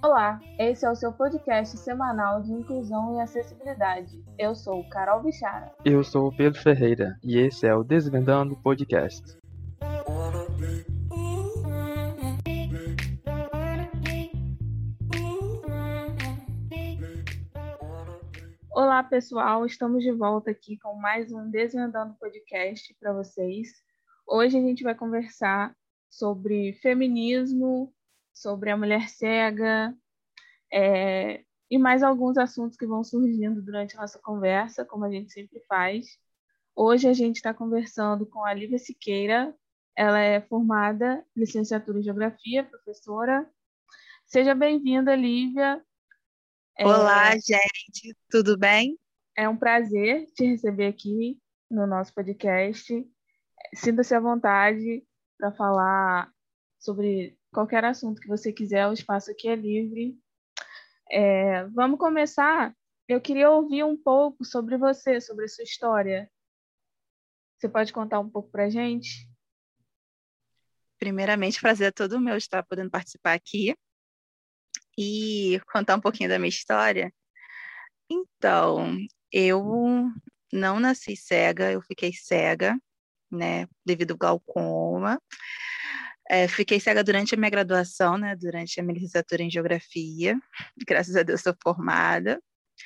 Olá, esse é o seu podcast semanal de inclusão e acessibilidade. Eu sou Carol Bichara. Eu sou o Pedro Ferreira e esse é o Desvendando Podcast. Olá, pessoal, estamos de volta aqui com mais um Desvendando Podcast para vocês. Hoje a gente vai conversar sobre feminismo, sobre a mulher cega, e mais alguns assuntos que vão surgindo durante a nossa conversa, como a gente sempre faz. Hoje a gente está conversando com a Lívia Siqueira. Ela é formada em licenciatura em Geografia, professora. Seja bem-vinda, Lívia. Olá, gente, tudo bem? É um prazer te receber aqui no nosso podcast. Sinta-se à vontade para falar sobre qualquer assunto que você quiser, o espaço aqui é livre. Vamos começar. Eu queria ouvir um pouco sobre você, sobre a sua história. Você pode contar um pouco para a gente? Primeiramente, prazer é todo meu estar podendo participar aqui e contar um pouquinho da minha história. Então, eu não nasci cega, eu fiquei cega, né, devido ao glaucoma. Fiquei cega durante a minha graduação, né, durante a minha licenciatura em Geografia. Graças a Deus, sou formada.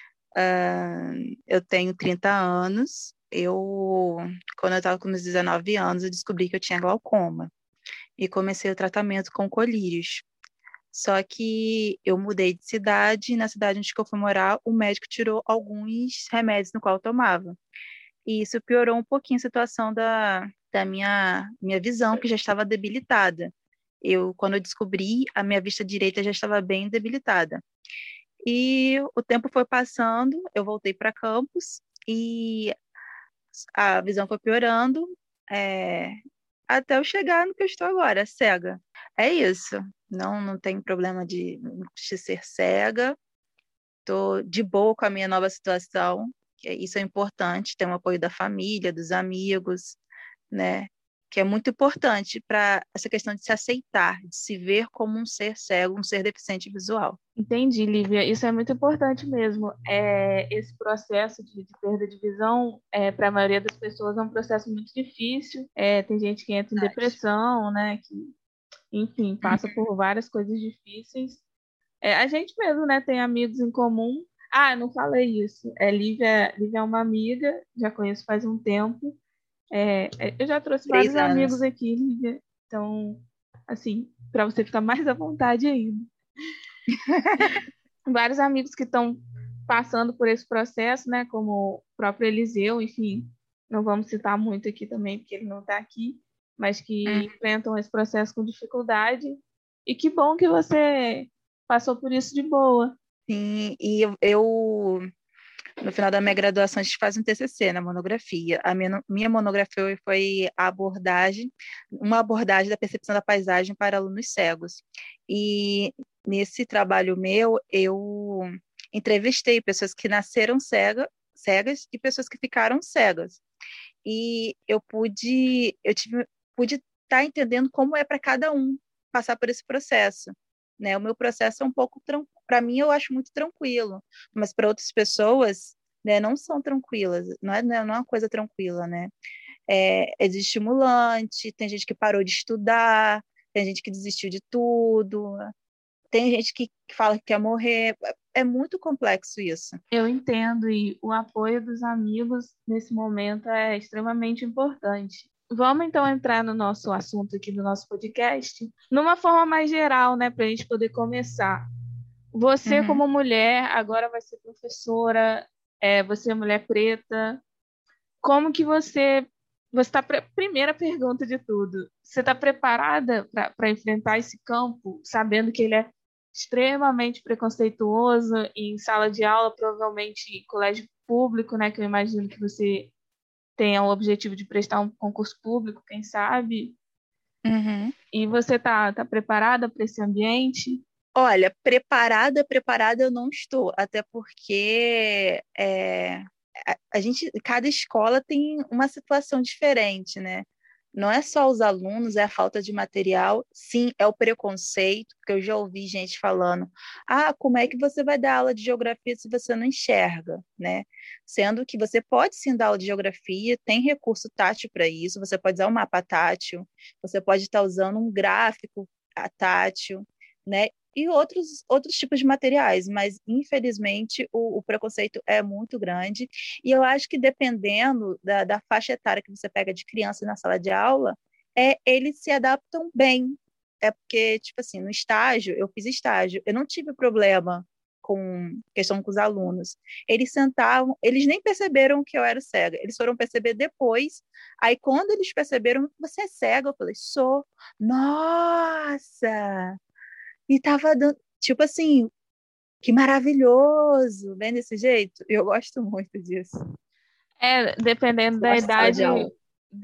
Eu tenho 30 anos. Quando eu estava com meus 19 anos, eu descobri que eu tinha glaucoma e comecei o tratamento com colírios. Só que eu mudei de cidade e na cidade onde eu fui morar, o médico tirou alguns remédios no qual eu tomava. E isso piorou um pouquinho a situação da minha visão, que já estava debilitada. Quando eu descobri, a minha vista direita já estava bem debilitada. E o tempo foi passando, eu voltei para campus e a visão foi piorando, até eu chegar no que eu estou agora, cega. É isso. Não tenho problema de ser cega. Estou de boa com a minha nova situação. Isso é importante, ter o apoio da família, dos amigos, né? Que é muito importante para essa questão de se aceitar, de se ver como um ser cego, um ser deficiente visual. Entendi, Lívia. Isso é muito importante mesmo. Esse processo de perda de visão, para a maioria das pessoas, é um processo muito difícil. Tem gente que entra em depressão, né? Que, enfim, passa por várias coisas difíceis. A gente mesmo, né? Tem amigos em comum. Ah, eu não falei isso. Lívia é uma amiga, já conheço faz um tempo. Eu já trouxe 3 vários anos. amigos aqui, Lívia. Então, assim, para você ficar mais à vontade ainda. Vários amigos que estão passando por esse processo, né? Como o próprio Eliseu, enfim, não vamos citar muito aqui também, porque ele não está aqui, mas que enfrentam esse processo com dificuldade. E que bom que você passou por isso de boa. Sim, e eu no final da minha graduação, a gente faz um TCC na monografia. A minha monografia foi uma abordagem da percepção da paisagem para alunos cegos. E nesse trabalho meu, eu entrevistei pessoas que nasceram cegas e pessoas que ficaram cegas. E eu pude estar entendendo como é para cada um passar por esse processo. Né? O meu processo é um pouco, para mim, eu acho muito tranquilo, mas para outras pessoas, né, não são tranquilas, não é uma coisa tranquila, né? É desestimulante, tem gente que parou de estudar, tem gente que desistiu de tudo, tem gente que fala que quer morrer, é muito complexo isso. Eu entendo, e o apoio dos amigos nesse momento é extremamente importante. Vamos então entrar no nosso assunto aqui do nosso podcast, numa forma mais geral, né, para a gente poder começar. Você, como mulher, agora vai ser professora, você é mulher preta. Como que você está... Primeira pergunta de tudo, você está preparada para enfrentar esse campo, sabendo que ele é extremamente preconceituoso em sala de aula, provavelmente em colégio público, né, que eu imagino que você tenha o objetivo de prestar um concurso público, quem sabe? E você tá preparada para esse ambiente? Olha, preparada eu não estou, até porque cada escola tem uma situação diferente, né? não é só os alunos, é a falta de material, sim, é o preconceito, porque eu já ouvi gente falando, como é que você vai dar aula de geografia se você não enxerga, né? Sendo que você pode sim dar aula de geografia, tem recurso tátil para isso, você pode usar um mapa tátil, você pode estar usando um gráfico tátil, né? E outros tipos de materiais, mas infelizmente o preconceito é muito grande, e eu acho que dependendo da faixa etária que você pega de criança na sala de aula, eles se adaptam bem. É porque, tipo assim, no estágio, eu fiz estágio, eu não tive problema com questão com os alunos. Eles sentavam, eles nem perceberam que eu era cega, eles foram perceber depois. Aí, quando eles perceberam, você é cega? Eu falei, sou. Nossa! E tava dando, tipo assim, que maravilhoso, bem desse jeito. Eu gosto muito disso. Dependendo da Gosto de sala idade, de aula.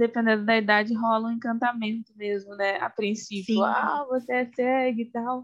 rola um encantamento mesmo, né? A princípio, Sim. você é cega e tal.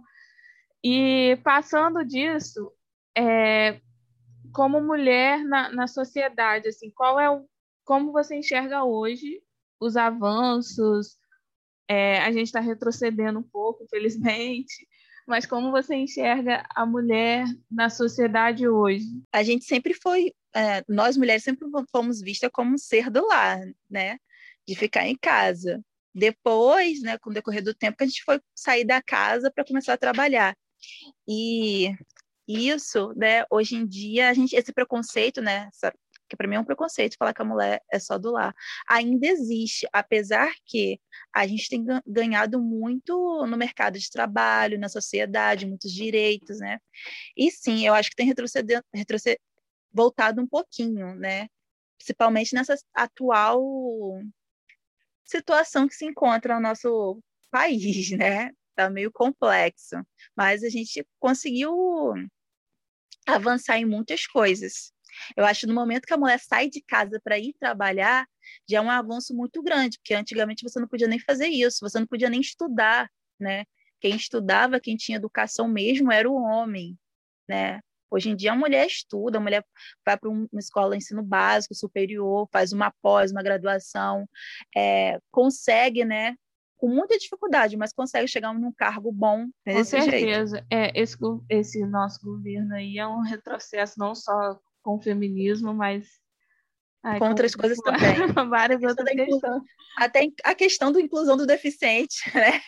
E passando disso, é, como mulher na sociedade, assim, como você enxerga hoje os avanços? A gente está retrocedendo um pouco, infelizmente, mas como você enxerga a mulher na sociedade hoje? A gente sempre foi, nós mulheres sempre fomos vistas como um ser do lar, né? De ficar em casa. Depois, né, com o decorrer do tempo, que a gente foi sair da casa para começar a trabalhar. E isso, né, hoje em dia, esse preconceito, né, que para mim é um preconceito falar que a mulher é só do lar, ainda existe, apesar que a gente tem ganhado muito no mercado de trabalho, na sociedade, muitos direitos, né? E sim, eu acho que tem voltado um pouquinho, né? Principalmente nessa atual situação que se encontra no nosso país, né? Tá meio complexo, mas a gente conseguiu avançar em muitas coisas. Eu acho que no momento que a mulher sai de casa para ir trabalhar, já é um avanço muito grande, porque antigamente você não podia nem fazer isso, você não podia nem estudar, né? Quem estudava, quem tinha educação mesmo era o homem, né? Hoje em dia a mulher estuda, a mulher vai para uma escola de ensino básico, superior, faz uma pós, uma graduação, consegue, né? Com muita dificuldade, mas consegue chegar num cargo bom Com desse jeito. certeza, esse nosso governo aí é um retrocesso não só com o feminismo, mas Com outras coisas também. várias outras questões. Até a questão da inclusão do deficiente, né?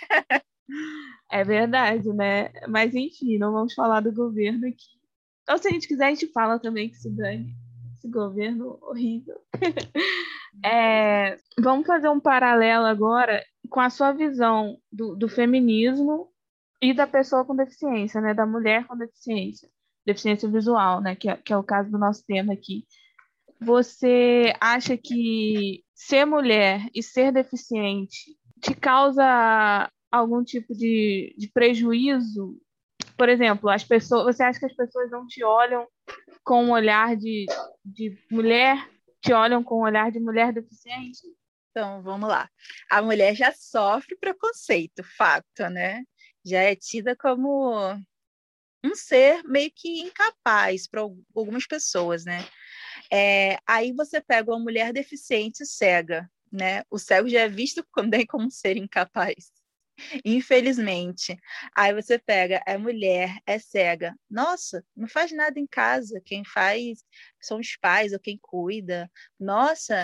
É verdade, né? Mas enfim, não vamos falar do governo aqui. Então, se a gente quiser, a gente fala também que se dane. Esse governo horrível. Vamos fazer um paralelo agora com a sua visão do feminismo e da pessoa com deficiência, né? Da mulher com deficiência. Deficiência visual, né? Que é o caso do nosso tema aqui. Você acha que ser mulher e ser deficiente te causa algum tipo de prejuízo? Por exemplo, você acha que as pessoas não te olham com um olhar de mulher, te olham com um olhar de mulher deficiente? Então, vamos lá. A mulher já sofre preconceito, fato, né? Já é tida como um ser meio que incapaz para algumas pessoas, né? Aí você pega uma mulher deficiente cega, né? O cego já é visto também como um ser incapaz, infelizmente. Aí você pega a mulher, é cega. Nossa, não faz nada em casa. Quem faz são os pais ou quem cuida. Nossa,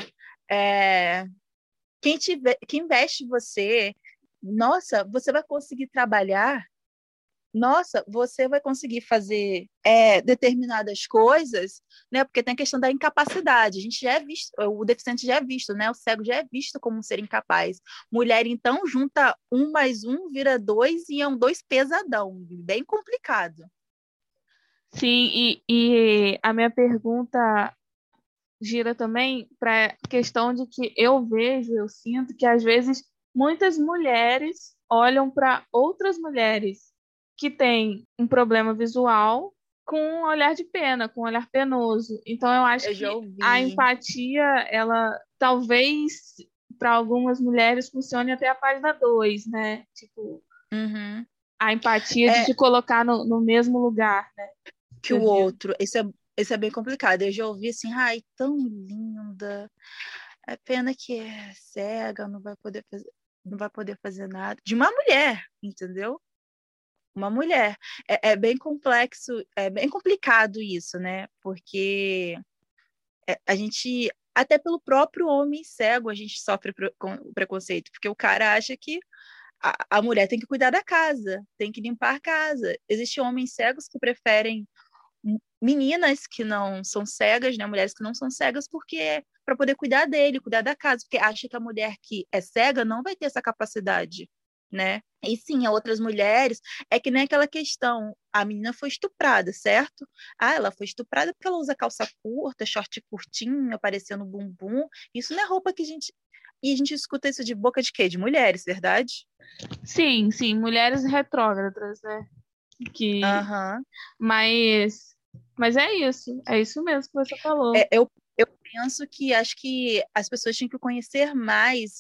quem veste você, nossa, você vai conseguir trabalhar, nossa, você vai conseguir fazer determinadas coisas, né? Porque tem a questão da incapacidade. A gente já é visto, o deficiente já é visto, né? O cego já é visto como um ser incapaz. Mulher, então, junta 1 mais 1, vira 2 e é um 2 pesadão, bem complicado. Sim, e a minha pergunta gira também para a questão de que eu sinto que às vezes muitas mulheres olham para outras mulheres que têm um problema visual com um olhar de pena, com um olhar penoso. Então eu acho Eu já que a ouvi. empatia, ela talvez para algumas mulheres funcione até a página 2, né? Tipo, Uhum. a empatia de te colocar no mesmo lugar, né? Que o outro. Isso é bem complicado. Eu já ouvi assim, ai, tão linda. É pena que é cega, não vai poder fazer nada. De uma mulher, entendeu? Uma mulher. É bem complexo, é bem complicado isso, né? Porque a gente, até pelo próprio homem cego, a gente sofre com preconceito, porque o cara acha que a mulher tem que cuidar da casa, tem que limpar a casa. Existem homens cegos que preferem meninas que não são cegas, né, mulheres que não são cegas, porque para poder cuidar dele, cuidar da casa, porque acha que a mulher que é cega não vai ter essa capacidade, né? E sim, a outras mulheres, é que nem aquela questão, a menina foi estuprada, certo? Ah, ela foi estuprada porque ela usa calça curta, short curtinho, aparecendo bumbum. Isso não é roupa que a gente... E a gente escuta isso de boca de quê? De mulheres, verdade? Sim, sim, mulheres retrógradas, né? Que... Aham. Mas é isso mesmo que você falou. Eu penso que acho que as pessoas tinham que conhecer mais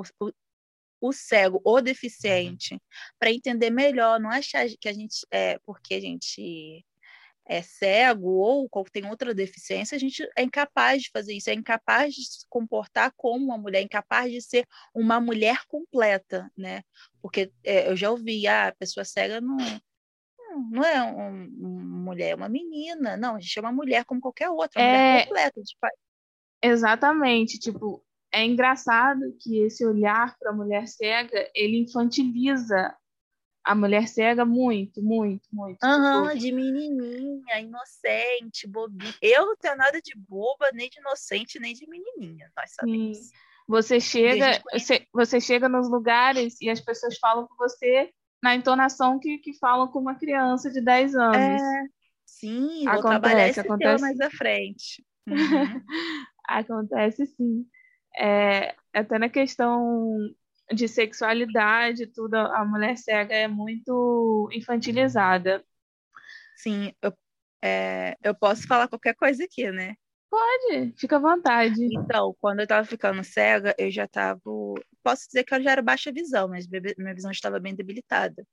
o cego, o deficiente, para entender melhor, não achar que a gente porque a gente é cego ou tem outra deficiência, a gente é incapaz de fazer isso, é incapaz de se comportar como uma mulher, é incapaz de ser uma mulher completa, né? Porque eu já ouvi, a pessoa cega não é uma mulher, é uma menina. Não, a gente é uma mulher como qualquer outra, uma mulher É, completa. Tipo, exatamente, tipo, é engraçado que esse olhar para a mulher cega, ele infantiliza a mulher cega muito, muito, muito. Tipo, aham, de menininha, inocente, bobinha. Eu não tenho nada de boba, nem de inocente, nem de menininha, nós assim, sabemos. você E a gente chega, conhece. você chega nos lugares e as pessoas falam com você na entonação que falam com uma criança de 10 anos. É, sim, vou trabalhar Acontece, esse tema mais acontece, à frente. Uhum. acontece sim. Até na questão de sexualidade, tudo, a mulher cega é muito infantilizada. Sim, eu posso falar qualquer coisa aqui, né? Pode, fica à vontade. Então, quando eu tava ficando cega, eu já tava. Posso dizer que eu já era baixa visão, mas minha visão estava bem debilitada.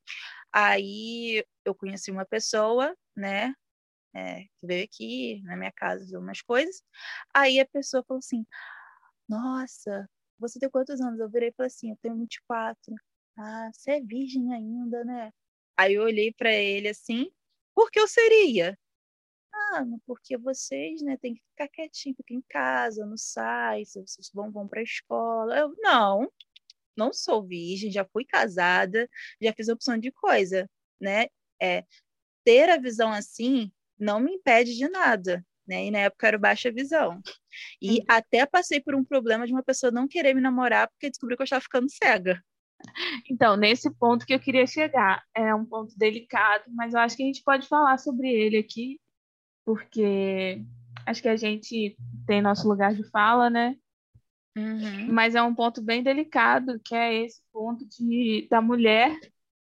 Aí eu conheci uma pessoa, né, que veio aqui na minha casa ver umas coisas. Aí a pessoa falou assim: Nossa, você tem quantos anos? Eu virei e falei assim: Eu tenho 24. Ah, você é virgem ainda, né? Aí eu olhei para ele assim: Por que eu seria? Ah, porque vocês, né, tem que ficar quietinho, fica em casa, não sai, se vocês vão para a escola. Eu, não sou virgem, já fui casada, já fiz opção de coisa, né? É, ter a visão assim não me impede de nada, né? E na época eu era baixa visão. E até passei por um problema de uma pessoa não querer me namorar porque descobriu que eu estava ficando cega. Então, nesse ponto que eu queria chegar, é um ponto delicado, mas eu acho que a gente pode falar sobre ele aqui, porque acho que a gente tem nosso lugar de fala, né? Uhum. Mas é um ponto bem delicado, que é esse ponto da mulher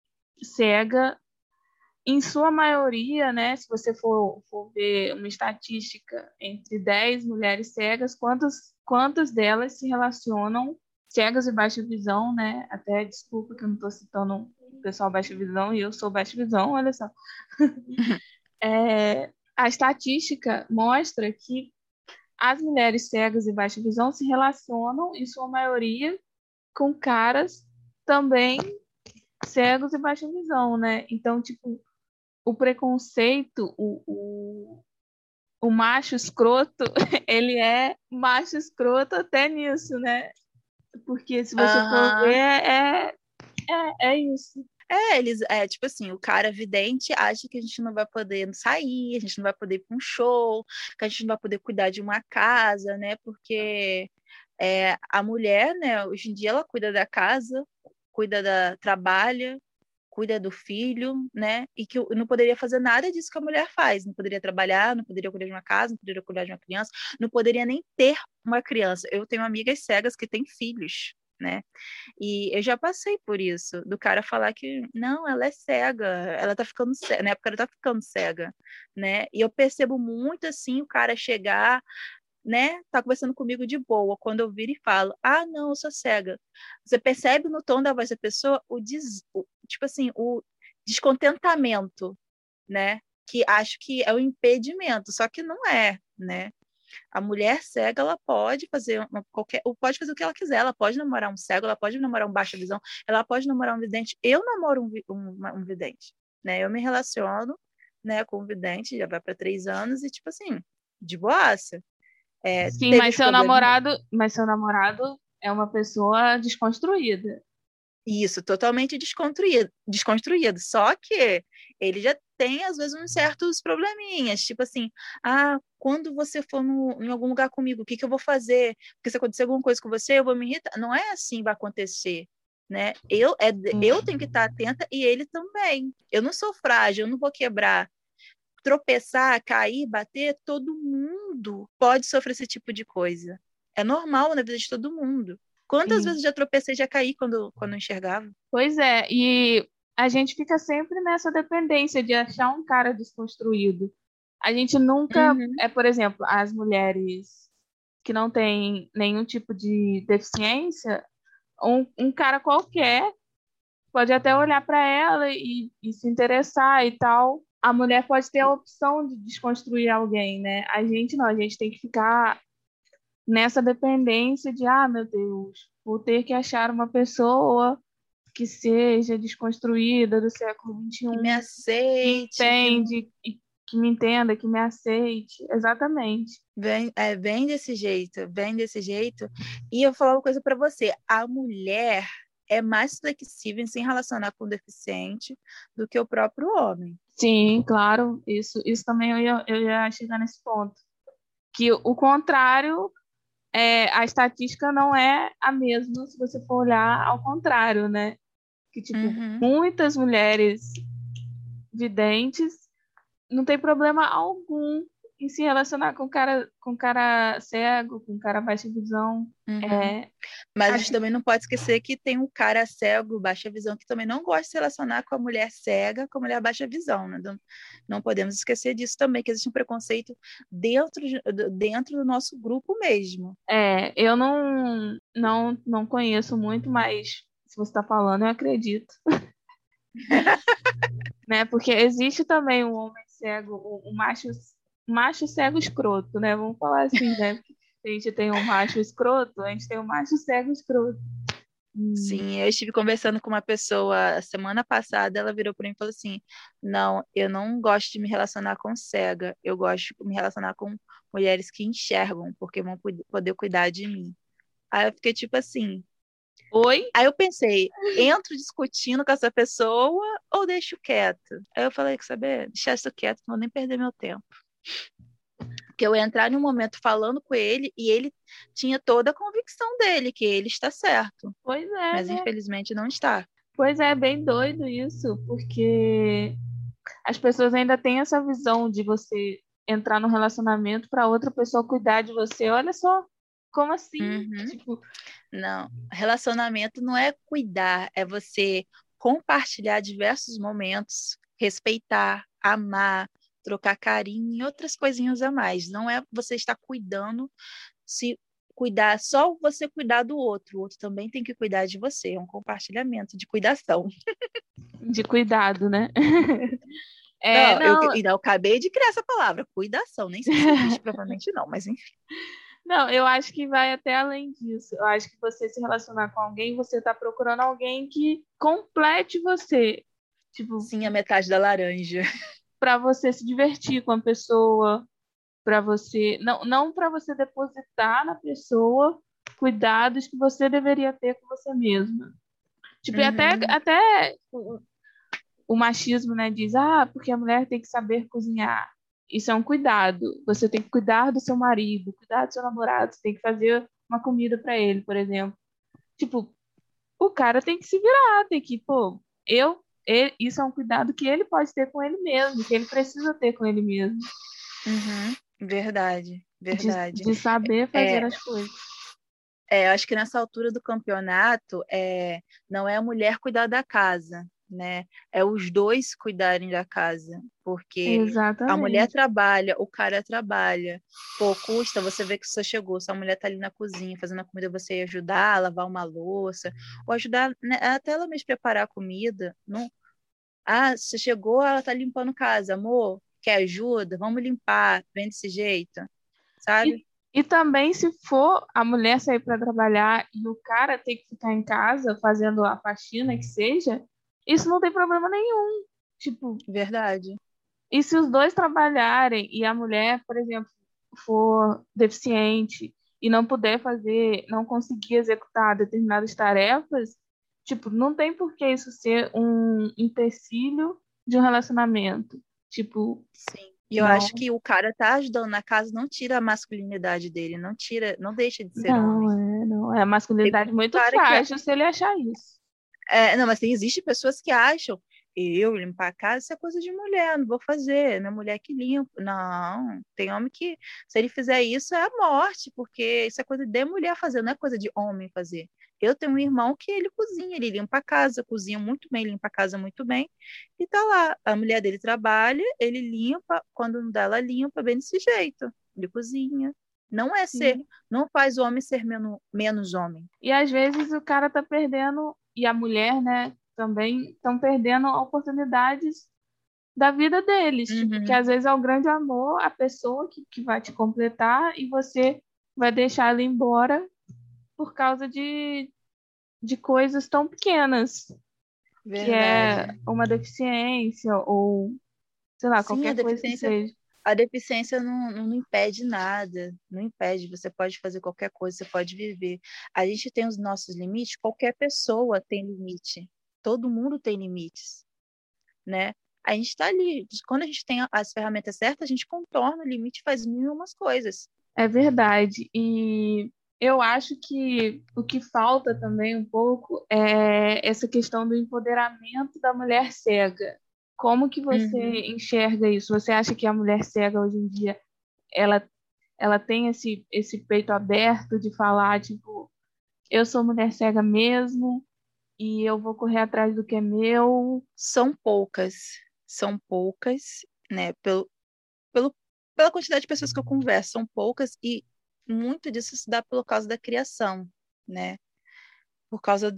cega, em sua maioria, né? Se você for ver uma estatística entre 10 mulheres cegas, quantas delas se relacionam cegas e baixa visão, né? Até desculpa que eu não estou citando o pessoal baixa visão e eu sou baixa visão, olha só. A estatística mostra que as mulheres cegas e baixa visão se relacionam, em sua maioria, com caras também cegos e baixa visão, né? Então, tipo, o preconceito, o macho escroto, ele é macho escroto até nisso, né? Porque se você for ver, Aham. é isso. Eles, tipo assim, o cara vidente acha que a gente não vai poder sair, a gente não vai poder ir para um show, que a gente não vai poder cuidar de uma casa, né? Porque a mulher, né, hoje em dia ela cuida da casa, trabalha, cuida do filho, né? E que não poderia fazer nada disso que a mulher faz. Não poderia trabalhar, não poderia cuidar de uma casa, não poderia cuidar de uma criança, não poderia nem ter uma criança. Eu tenho amigas cegas que têm filhos, né? E eu já passei por isso, do cara falar que não, ela é cega, ela tá ficando cega, na época ela tá ficando cega, né? E eu percebo muito assim o cara chegar, né? Tá conversando comigo de boa, quando eu viro e falo: "Ah, não, eu sou cega". Você percebe no tom da voz da pessoa tipo assim, o descontentamento, né? Que acho que é o impedimento, só que não é, né? A mulher cega, ela pode fazer pode fazer o que ela quiser. Ela pode namorar um cego, ela pode namorar um baixa visão, ela pode namorar um vidente. Eu namoro um vidente, né? Eu me relaciono, né, com um vidente, já vai para 3 anos e tipo assim, de boaça. Sim, Teve os probleminhas. mas seu namorado é uma pessoa desconstruída. Isso, totalmente desconstruído. Só que ele já tem, às vezes, uns certos probleminhas. Tipo assim, quando você for em algum lugar comigo, o que eu vou fazer? Porque se acontecer alguma coisa com você, eu vou me irritar. Não é assim que vai acontecer, né? Eu tenho que estar atenta e ele também. Eu não sou frágil, eu não vou quebrar. Tropeçar, cair, bater, todo mundo pode sofrer esse tipo de coisa. É normal na vida de todo mundo. Quantas Sim. vezes já tropecei, já caí quando enxergava? Pois é, e a gente fica sempre nessa dependência de achar um cara desconstruído. A gente nunca, Uhum. por exemplo, as mulheres que não têm nenhum tipo de deficiência, um cara qualquer pode até olhar para ela e se interessar e tal. A mulher pode ter a opção de desconstruir alguém, né? A gente não, a gente tem que ficar nessa dependência de, meu Deus, vou ter que achar uma pessoa que seja desconstruída do século Que me XXI, que aceite, que não entende, que me entenda, que me aceite. Exatamente. vem desse jeito, vem desse jeito. E eu vou falar uma coisa para você: a mulher é mais flexível em se relacionar com o deficiente do que o próprio homem. Sim, claro, isso também eu ia chegar nesse ponto. Que o contrário, a estatística não é a mesma se você for olhar ao contrário, né? Que, tipo, Uhum. muitas mulheres videntes não tem problema algum em se relacionar com cara cego, com cara baixa visão. Uhum. Mas a gente também não pode esquecer que tem um cara cego, baixa visão, que também não gosta de se relacionar com a mulher cega, com a mulher baixa visão, né? Não podemos esquecer disso também, que existe um preconceito dentro do nosso grupo mesmo. Eu não conheço muito, mas se você está falando, eu acredito. Né? Porque existe também um homem cego, um macho cego escroto, né? Vamos falar assim, né? A gente tem um macho escroto, a gente tem um macho cego escroto. Sim, eu estive conversando com uma pessoa semana passada, ela virou para mim e falou assim: não, eu não gosto de me relacionar com cega, eu gosto de me relacionar com mulheres que enxergam, porque vão poder cuidar de mim. Aí eu fiquei tipo assim. Oi? Aí eu pensei, entro discutindo com essa pessoa ou deixo quieto? Aí eu falei, que saber, deixar isso quieto, não vou nem perder meu tempo. Porque eu ia entrar em um momento falando com ele e ele tinha toda a convicção dele, que ele está certo. Pois é, Mas né? infelizmente não está. Pois é, bem doido isso, porque as pessoas ainda têm essa visão de você entrar num relacionamento para outra pessoa cuidar de você. Olha só, como assim? Uhum. Tipo, Não, relacionamento não é cuidar, é você compartilhar diversos momentos, respeitar, amar, trocar carinho e outras coisinhas a mais. Não é você estar cuidando, se cuidar, só você cuidar do outro, o outro também tem que cuidar de você. É um compartilhamento de cuidação. de cuidado, né? Não, Não, eu acabei de criar essa palavra, cuidação. Nem sei se existe, provavelmente não, mas enfim. não, eu acho que vai até além disso. Eu acho que você se relacionar com alguém, você está procurando alguém que complete você. Tipo, Sim, a metade da laranja. para você se divertir com a pessoa, para você, não para você depositar na pessoa cuidados que você deveria ter com você mesma. Tipo, e Uhum. até o machismo, né, diz, porque a mulher tem que saber cozinhar. Isso é um cuidado. Você tem que cuidar do seu marido, cuidar do seu namorado, você tem que fazer uma comida para ele, por exemplo. Tipo, o cara tem que se virar, tem que, pô, isso é um cuidado que ele pode ter com ele mesmo, que ele precisa ter com ele mesmo, Uhum. Verdade, verdade. de saber fazer É, as coisas. eu acho que nessa altura do campeonato, não é a mulher cuidar da casa, né? É os dois cuidarem da casa, porque a mulher Exatamente. trabalha, o cara trabalha. Pô, custa você ver que você chegou, sua mulher tá ali na cozinha fazendo a comida, você ia ajudar a lavar uma louça, ou ajudar, né, até ela mesmo preparar a comida. Não... você chegou, ela tá limpando casa, amor, quer ajuda? Vamos limpar, vem desse jeito, E, sabe? E também, se for a mulher sair para trabalhar e o cara ter que ficar em casa fazendo a faxina que seja, isso não tem problema nenhum. Tipo, Verdade. e se os dois trabalharem e a mulher, por exemplo, for deficiente e não puder fazer, não conseguir executar determinadas tarefas, tipo, não tem por que isso ser um empecilho de um relacionamento. Tipo, Sim. E eu acho não, que o cara tá ajudando na casa, não tira a masculinidade dele, não tira, não deixa de ser não, homem. não. É Tem masculinidade muito cara que frágil se ele achar isso. não, mas existe pessoas que acham eu limpar a casa, isso é coisa de mulher, não vou fazer, minha mulher que limpa. Não, tem homem que, se ele fizer isso, é a morte, porque isso é coisa de mulher fazer, não é coisa de homem fazer. Eu tenho um irmão que ele cozinha, ele limpa a casa, cozinha muito bem, limpa a casa muito bem, e tá lá. A mulher dele trabalha, ele limpa, quando não dá, ela limpa, bem desse jeito. Ele cozinha. Não é ser, Sim. não faz o homem ser menos homem. E às vezes o cara tá perdendo, e a mulher, né, também estão perdendo oportunidades da vida deles. Tipo, que Uhum. às vezes é o grande amor, a pessoa que vai te completar e você vai deixar ela embora por causa de coisas tão pequenas, que é Verdade. uma deficiência ou, sei lá, Sim, qualquer coisa que seja. a deficiência não impede nada, não impede, você pode fazer qualquer coisa, você pode viver. A gente tem os nossos limites, qualquer pessoa tem limite, todo mundo tem limites, né? A gente está ali, quando a gente tem as ferramentas certas, a gente contorna o limite e faz mil e umas coisas. É verdade. E eu acho que o que falta também um pouco é essa questão do empoderamento da mulher cega. Como que você Uhum. enxerga isso? Você acha que a mulher cega hoje em dia ela, ela tem esse peito aberto de falar, tipo, eu sou mulher cega mesmo e eu vou correr atrás do que é meu? São poucas, né? Pelo, pela quantidade de pessoas que eu converso, são poucas e muito disso se dá pelo causa da criação, né? Por causa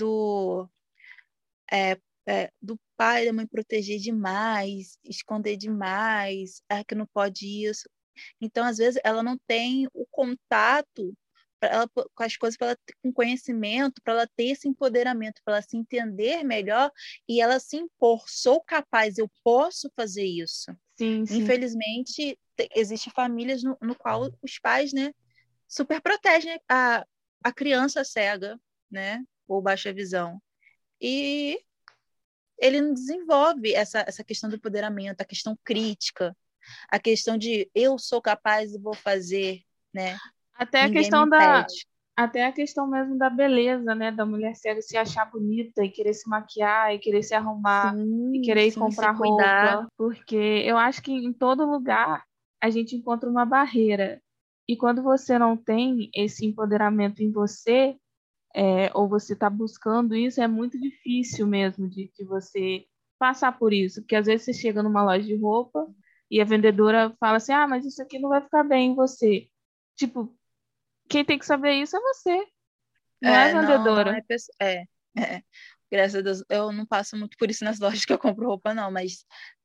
do pai e da mãe proteger demais, esconder demais, que não pode isso. Então, às vezes, ela não tem o contato com as coisas, para ela ter com conhecimento, para ela ter esse empoderamento, para ela se entender melhor e ela se impor. Sou capaz, eu posso fazer isso. Sim, sim. Infelizmente, existem famílias no qual os pais, né, super protegem a criança cega, né, ou baixa visão. E ele não desenvolve essa questão do empoderamento, a questão crítica, a questão de eu sou capaz e vou fazer, né? Até a Ninguém me questão da, impede. até a questão mesmo da beleza, né? Da mulher cega se achar bonita e querer se maquiar e querer se arrumar e Sim, querer ir sim, se comprar cuidar. roupa, porque eu acho que em todo lugar a gente encontra uma barreira. E quando você não tem esse empoderamento em você, ou você está buscando isso, é muito difícil mesmo de você passar por isso. Porque às vezes você chega numa loja de roupa e a vendedora fala assim: ah, mas isso aqui não vai ficar bem em você. Tipo, quem tem que saber isso é você, não é a Não vendedora. é pessoa. É. Graças a Deus, eu não passo muito por isso nas lojas que eu compro roupa, não, mas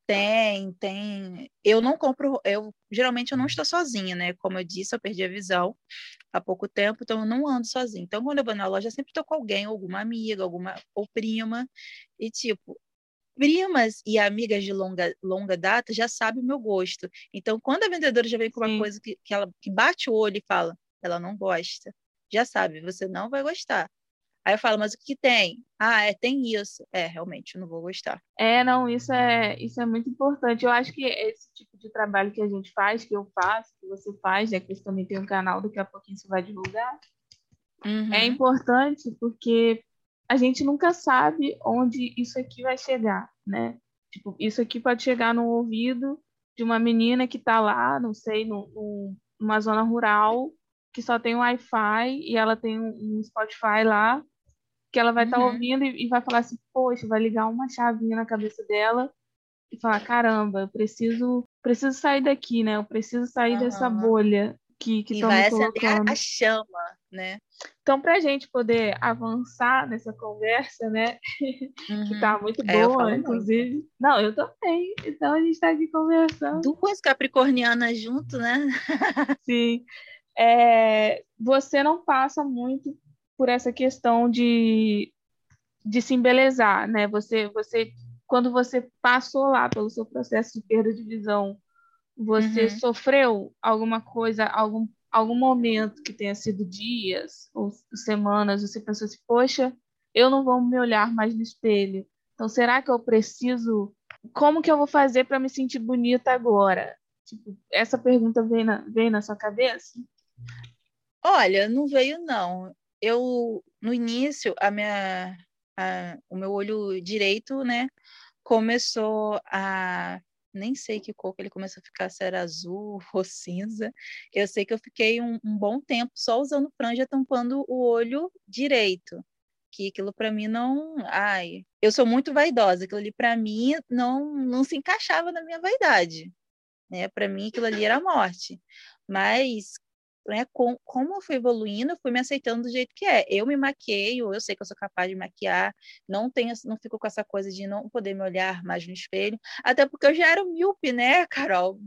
tem. Eu não compro, geralmente eu não estou sozinha, né? Como eu disse, eu perdi a visão há pouco tempo, então eu não ando sozinha. Então, quando eu vou na loja, eu sempre estou com alguém, alguma amiga, alguma ou prima, e tipo, primas e amigas de longa data já sabem o meu gosto. Então, quando a vendedora já vem com uma Sim. coisa que ela que bate o olho e fala, ela não gosta, já sabe, você não vai gostar. Aí eu falo, mas o que tem? Ah, tem isso. Realmente, eu não vou gostar. Não, isso é muito importante. Eu acho que esse tipo de trabalho que a gente faz, que eu faço, que você faz, né, que você também tem um canal, daqui a pouquinho você vai divulgar, é Uhum. importante porque a gente nunca sabe onde isso aqui vai chegar, né? Tipo, isso aqui pode chegar no ouvido de uma menina que está lá, não sei, numa zona rural, que só tem um Wi-Fi e ela tem um Spotify lá, que ela vai estar Uhum. ouvindo e vai falar assim, poxa, vai ligar uma chavinha na cabeça dela e falar, caramba, eu preciso sair daqui, né? Eu preciso sair dessa Aham. bolha que E estão me vai acender a colocando. chama, né? Então, para a gente poder avançar nessa conversa, né, que Uhum. está muito Eu boa, falo muito. inclusive. Não, eu também. Então, a gente está aqui conversando. Duas capricornianas junto, né? Sim. você não passa muito por essa questão de se embelezar, né? Quando você passou lá pelo seu processo de perda de visão, você Uhum. sofreu alguma coisa, algum momento que tenha sido dias ou semanas, você pensou assim, poxa, eu não vou me olhar mais no espelho. Então, será que eu preciso? Como que eu vou fazer para me sentir bonita agora? Tipo, essa pergunta vem na sua cabeça? Olha, não veio não. No início, o meu olho direito, né, começou a, nem sei que cor que ele começou a ficar, se era azul ou cinza. Eu sei que eu fiquei um bom tempo só usando franja tampando o olho direito. Que aquilo para mim não, ai, eu sou muito vaidosa, aquilo ali para mim não se encaixava na minha vaidade, né? Para mim aquilo ali era a morte. Mas, né, como eu fui evoluindo, eu fui me aceitando do jeito que é. Eu me maqueio, eu sei que eu sou capaz de maquiar, não fico com essa coisa de não poder me olhar mais no espelho, até porque eu já era míope, né, Carol?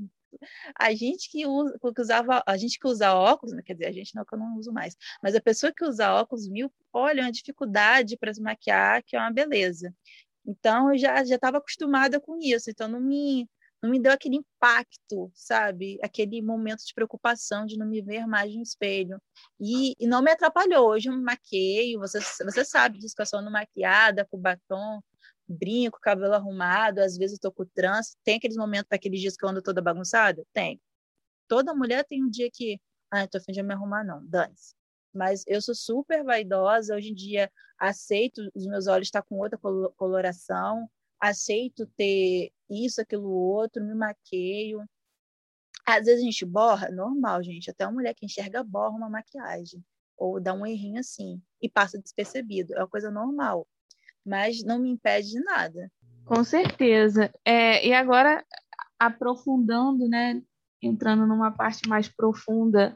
A gente que usa óculos, né, quer dizer, a gente não, que eu não uso mais, mas a pessoa que usa óculos míope, olha, é uma dificuldade para se maquiar, que é uma beleza. Então, eu já estava acostumada com isso, então não me deu aquele impacto, sabe? Aquele momento de preocupação de não me ver mais no espelho. E não me atrapalhou. Hoje eu me maqueio, você sabe disso, que eu sou no maquiada, com batom, brinco, cabelo arrumado, às vezes eu tô com trança. Tem aqueles momentos, aqueles dias que eu ando toda bagunçada? Tem. Toda mulher tem um dia que, tô a fim de me arrumar, não, dane-se. Mas eu sou super vaidosa, hoje em dia aceito os meus olhos estar com outra coloração, aceito ter isso, aquilo, outro, me maqueio. Às vezes a gente borra, normal, gente, até uma mulher que enxerga borra uma maquiagem, ou dá um errinho assim, e passa despercebido, é uma coisa normal, mas não me impede de nada. Com certeza. E agora, aprofundando, né, entrando numa parte mais profunda,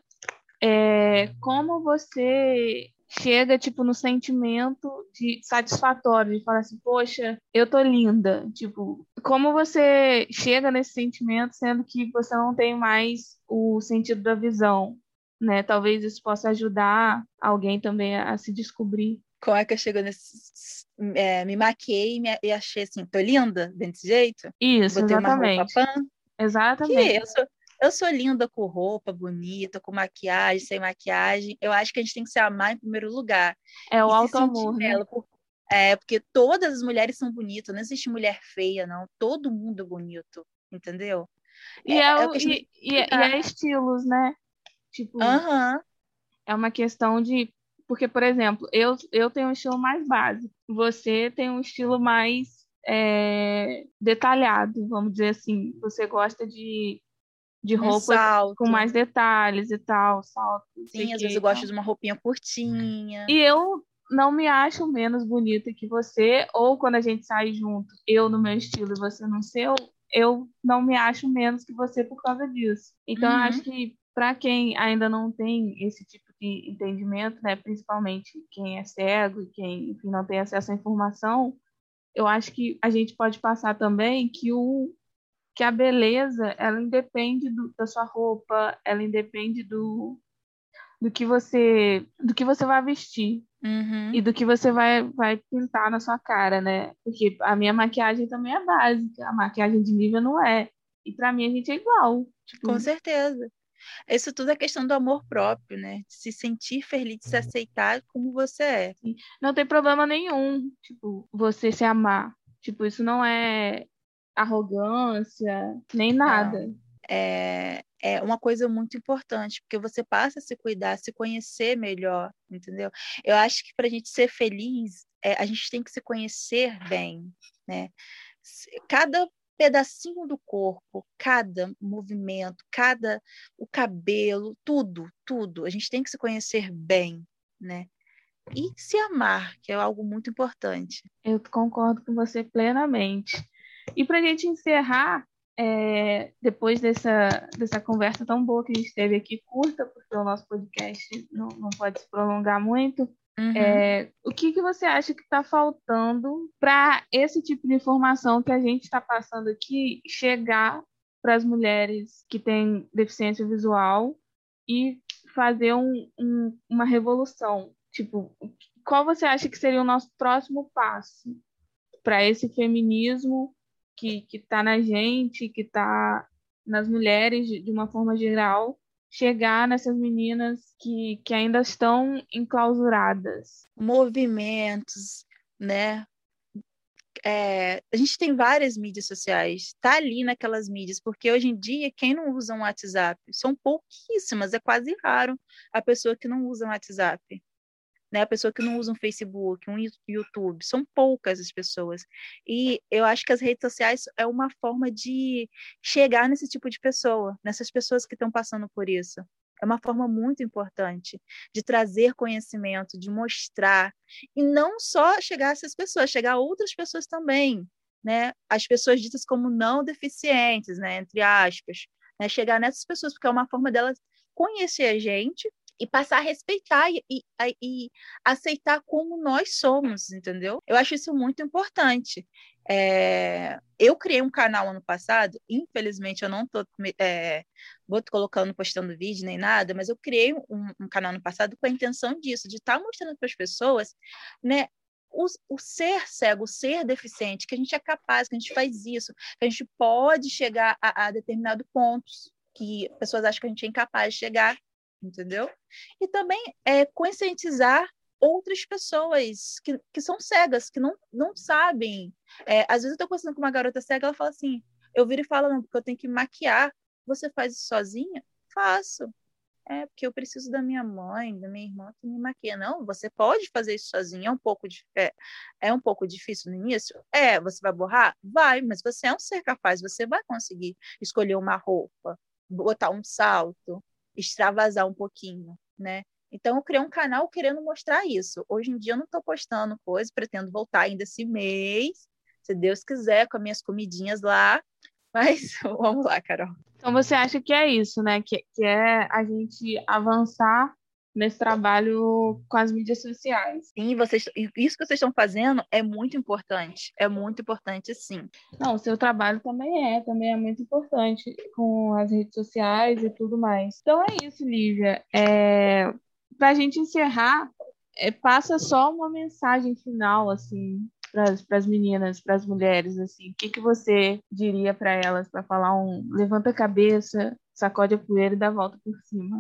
como você chega, tipo, no sentimento de satisfatório, de falar assim, poxa, eu tô linda. Tipo, como você chega nesse sentimento, sendo que você não tem mais o sentido da visão, né? Talvez isso possa ajudar alguém também a se descobrir. Como é que eu chego nesse... me maquiei e achei assim, tô linda desse jeito? Isso, Botei uma roupa exatamente. pan, que Exatamente. eu sou linda com roupa bonita, com maquiagem, sem maquiagem. Eu acho que a gente tem que se amar em primeiro lugar É o e se sentir auto-amor, né? bela. Porque todas as mulheres são bonitas, não existe mulher feia, não. Todo mundo é bonito, entendeu? E é, É questão de e cuidar. é estilos, né? Tipo, Aham, é uma questão de. Porque, por exemplo, eu tenho um estilo mais básico, você tem um estilo mais detalhado, vamos dizer assim. Você gosta de um roupas com salto. mais detalhes e tal, salto, não sei o Sim, às vezes quê eu e gosto tal. de uma roupinha E curtinha. eu não me acho menos bonita que você, ou quando a gente sai junto, eu no meu estilo e você no seu, eu não me acho menos que você por causa disso. Então, eu acho Uhum. que para quem ainda não tem esse tipo de entendimento, né, principalmente quem é cego e quem, enfim, não tem acesso à informação, eu acho que a gente pode passar também que a beleza, ela independe da sua roupa, ela independe do que você vai vestir Uhum. e do que você vai pintar na sua cara, né? Porque a minha maquiagem também é básica, a maquiagem de Nivea não é. E pra mim a gente é igual. Com Tipo, certeza. Isso tudo é questão do amor próprio, né? De se sentir feliz, de se aceitar como você é. assim, não tem problema nenhum, tipo, você se amar. Tipo, isso não é arrogância, nem Não. nada. É uma coisa muito importante, porque você passa a se cuidar, a se conhecer melhor, entendeu? Eu acho que para a gente ser feliz, a gente tem que se conhecer bem, né? Cada pedacinho do corpo, cada movimento, o cabelo, tudo, a gente tem que se conhecer bem, né? E se amar, que é algo muito importante. Eu concordo com você plenamente. E para a gente encerrar, depois dessa conversa tão boa que a gente teve aqui, curta, porque o nosso podcast não pode se prolongar muito, Uhum. o que você acha que está faltando para esse tipo de informação que a gente está passando aqui chegar para as mulheres que têm deficiência visual e fazer uma revolução. Tipo, qual você acha que seria o nosso próximo passo para esse feminismo que está na gente, que está nas mulheres de uma forma geral, chegar nessas meninas que ainda estão enclausuradas? Movimentos, né? A gente tem várias mídias sociais, tá ali naquelas mídias, porque hoje em dia, quem não usa um WhatsApp? São pouquíssimas, é quase raro a pessoa que não usa um WhatsApp, né? A pessoa que não usa um Facebook, um YouTube, são poucas as pessoas. E eu acho que as redes sociais é uma forma de chegar nesse tipo de pessoa, nessas pessoas que estão passando por isso. É uma forma muito importante de trazer conhecimento, de mostrar, e não só chegar a essas pessoas, chegar a outras pessoas também, né? As pessoas ditas como não deficientes, né? Entre aspas, né? Chegar nessas pessoas, porque é uma forma delas conhecer a gente e passar a respeitar e aceitar como nós somos, entendeu? Eu acho isso muito importante. Eu criei um canal ano passado, infelizmente eu não estou colocando, postando vídeo nem nada, mas eu criei um canal ano passado com a intenção disso, de estar mostrando para as pessoas, né, o ser cego, o ser deficiente, que a gente é capaz, que a gente faz isso, que a gente pode chegar a determinados pontos que pessoas acham que a gente é incapaz de chegar, entendeu? E também conscientizar outras pessoas que são cegas, que não sabem. Às vezes eu estou conversando com uma garota cega, ela fala assim, eu viro e falo, não, porque eu tenho que maquiar. Você faz isso sozinha? Faço. Porque eu preciso da minha mãe, da minha irmã que me maquia. Não, você pode fazer isso sozinha. É um pouco difícil no início? Você vai borrar? Vai, mas você é um ser capaz, você vai conseguir escolher uma roupa, botar um salto, extravasar um pouquinho, né? Então, eu criei um canal querendo mostrar isso. Hoje em dia, eu não estou postando coisa, pretendo voltar ainda esse mês, se Deus quiser, com as minhas comidinhas lá. Mas vamos lá, Carol. Então, você acha que é isso, né? Que é a gente avançar nesse trabalho com as mídias sociais. Sim, isso que vocês estão fazendo é muito importante. É muito importante, sim. Não, o seu trabalho também é muito importante com as redes sociais e tudo mais. Então é isso, Lívia. Para a gente encerrar, passa só uma mensagem final, assim, para as meninas, para as mulheres, assim. O que você diria para elas, para falar levanta a cabeça, sacode a poeira e dá a volta por cima?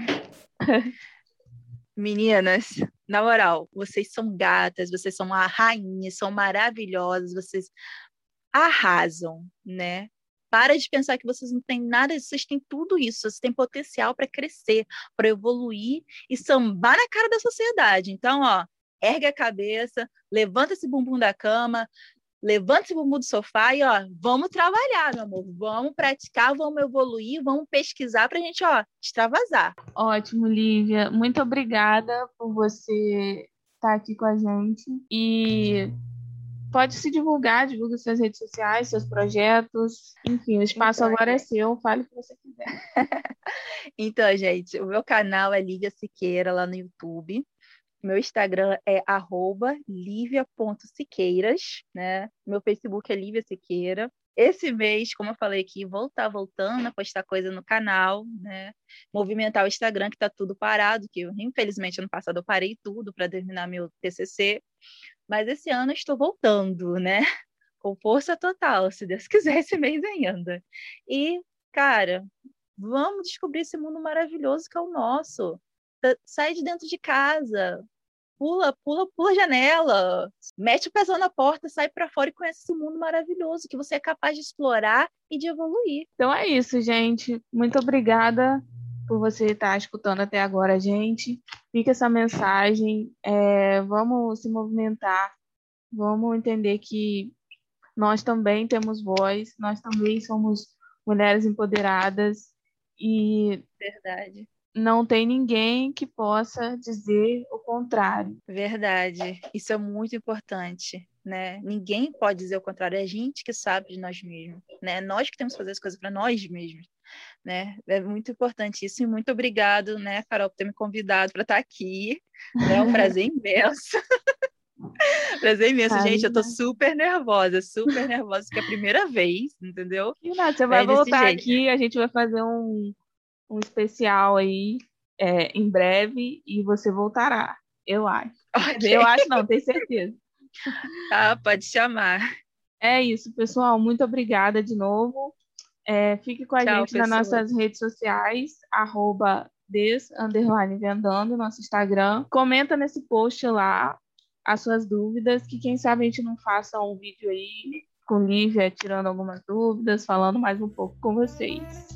Meninas, na moral, vocês são gatas, vocês são a rainha, são maravilhosas, vocês arrasam, né? Para de pensar que vocês não têm nada, vocês têm tudo isso, vocês têm potencial para crescer, para evoluir e sambar na cara da sociedade. Então, ó, ergue a cabeça, levanta esse bumbum da cama, levanta esse bumbum do sofá e, ó, vamos trabalhar, meu amor, vamos praticar, vamos evoluir, vamos pesquisar para a gente, ó, extravasar. Ótimo, Lívia. Muito obrigada por você estar aqui com a gente e pode se divulgar, divulga suas redes sociais, seus projetos, enfim, o espaço agora é seu, fale o que você quiser. Então, gente, o meu canal é Lívia Siqueira lá no YouTube. Meu Instagram é @livia.siqueiras, né? Meu Facebook é Lívia Siqueira. Esse mês, como eu falei aqui, vou estar voltando a postar coisa no canal, né? Movimentar o Instagram, que está tudo parado, que eu, infelizmente, ano passado eu parei tudo para terminar meu TCC. Mas esse ano eu estou voltando, né? Com força total, se Deus quiser, esse mês ainda. E, cara, vamos descobrir esse mundo maravilhoso que é o nosso. Sai de dentro de casa, pula a janela, mete o pezão na porta, sai para fora e conhece esse mundo maravilhoso que você é capaz de explorar e de evoluir. Então é isso, gente. Muito obrigada por você estar escutando até agora, gente. Fica essa mensagem. Vamos se movimentar. Vamos entender que nós também temos voz, nós também somos mulheres empoderadas e Verdade. não tem ninguém que possa dizer o contrário. Verdade. Isso é muito importante, né? Ninguém pode dizer o contrário. É a gente que sabe de nós mesmos, né? Nós que temos que fazer as coisas para nós mesmos, né? É muito importante isso. E muito obrigado, né, Carol, por ter me convidado para estar aqui. É um prazer imenso. Prazer imenso, gente. Eu tô super nervosa, porque é a primeira vez, entendeu? E nada, você vai voltar aqui, a gente vai fazer um especial aí em breve e você voltará, eu acho. Ok. Eu acho não, tenho certeza. Tá, pode chamar. É isso, pessoal. Muito obrigada de novo. Fique com a Tchau, gente nas pessoal. nossas redes sociais, @des_vendando, nosso Instagram. Comenta nesse post lá as suas dúvidas, que quem sabe a gente não faça um vídeo aí com Lívia tirando algumas dúvidas, falando mais um pouco com vocês.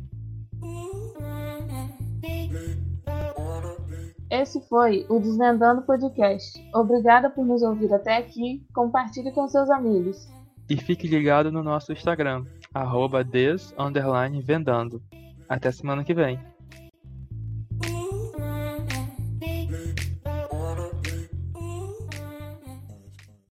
Esse foi o Desvendando Podcast. Obrigada por nos ouvir até aqui. Compartilhe com seus amigos. E fique ligado no nosso Instagram, @des_vendando. Até semana que vem.